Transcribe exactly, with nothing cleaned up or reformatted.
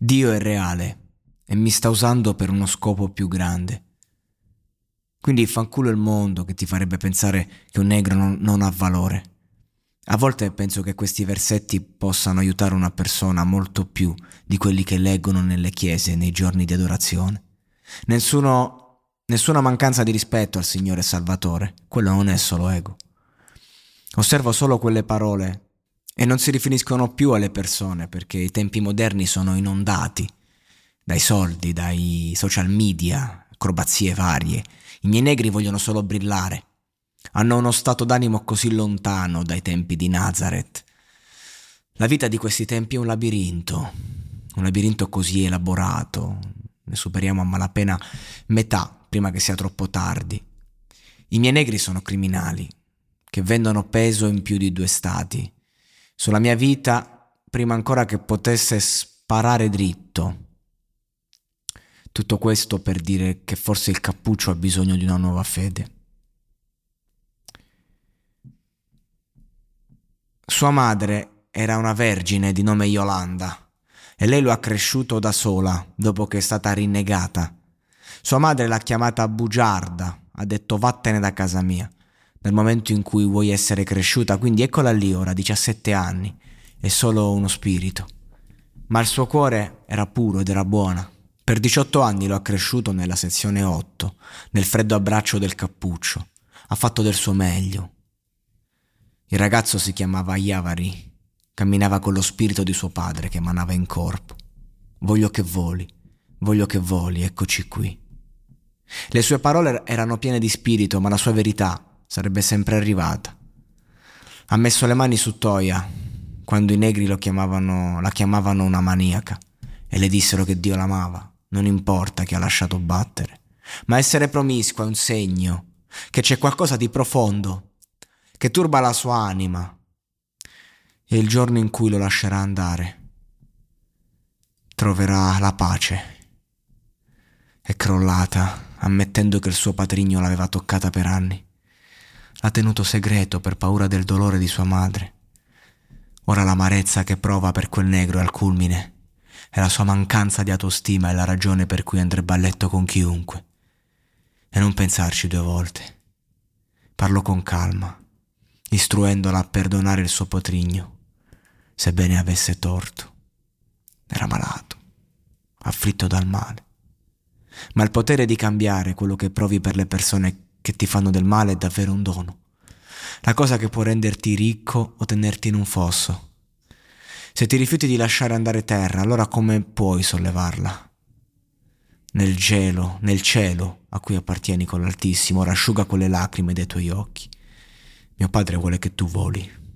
Dio è reale e mi sta usando per uno scopo più grande. Quindi fanculo il mondo che ti farebbe pensare che un negro non, non ha valore. A volte penso che questi versetti possano aiutare una persona molto più di quelli che leggono nelle chiese nei giorni di adorazione. Nessuno, nessuna mancanza di rispetto al Signore Salvatore, quello non è solo ego. Osservo solo quelle parole e non si riferiscono più alle persone, perché i tempi moderni sono inondati dai soldi, dai social media, acrobazie varie. I miei negri vogliono solo brillare. Hanno uno stato d'animo così lontano dai tempi di Nazareth. La vita di questi tempi è un labirinto, un labirinto così elaborato. Ne superiamo a malapena metà prima che sia troppo tardi. I miei negri sono criminali, che vendono peso in più di due stati. Sulla mia vita, prima ancora che potesse sparare dritto. Tutto questo per dire che forse il cappuccio ha bisogno di una nuova fede. Sua madre era una vergine di nome Yolanda e lei lo ha cresciuto da sola dopo che è stata rinnegata. Sua madre l'ha chiamata bugiarda, ha detto vattene da casa mia, nel momento in cui vuoi essere cresciuta, quindi eccola lì ora, diciassette anni, è solo uno spirito. Ma il suo cuore era puro ed era buona. Per diciotto anni lo ha cresciuto nella sezione otto, nel freddo abbraccio del cappuccio. Ha fatto del suo meglio. Il ragazzo si chiamava Yavari, camminava con lo spirito di suo padre che emanava in corpo. Voglio che voli, voglio che voli, eccoci qui. Le sue parole erano piene di spirito, ma la sua verità sarebbe sempre arrivata. Ha messo le mani su Toya quando i negri lo chiamavano, la chiamavano una maniaca e le dissero che Dio l'amava. Non importa che ha lasciato battere, ma essere promiscua è un segno che c'è qualcosa di profondo che turba la sua anima. E il giorno in cui lo lascerà andare troverà la pace. È crollata, ammettendo che il suo patrigno l'aveva toccata per anni. L'ha tenuto segreto per paura del dolore di sua madre. Ora l'amarezza che prova per quel negro è al culmine. E la sua mancanza di autostima è la ragione per cui andrebbe a letto con chiunque. E non pensarci due volte. Parlo con calma, istruendola a perdonare il suo patrigno, sebbene avesse torto. Era malato, afflitto dal male. Ma il potere di cambiare quello che provi per le persone che ti fanno del male è davvero un dono. La cosa che può renderti ricco o tenerti in un fosso. Se ti rifiuti di lasciare andare terra, allora come puoi sollevarla? Nel gelo, nel cielo a cui appartieni con l'Altissimo, rasciuga quelle lacrime dai tuoi occhi. Mio padre vuole che tu voli.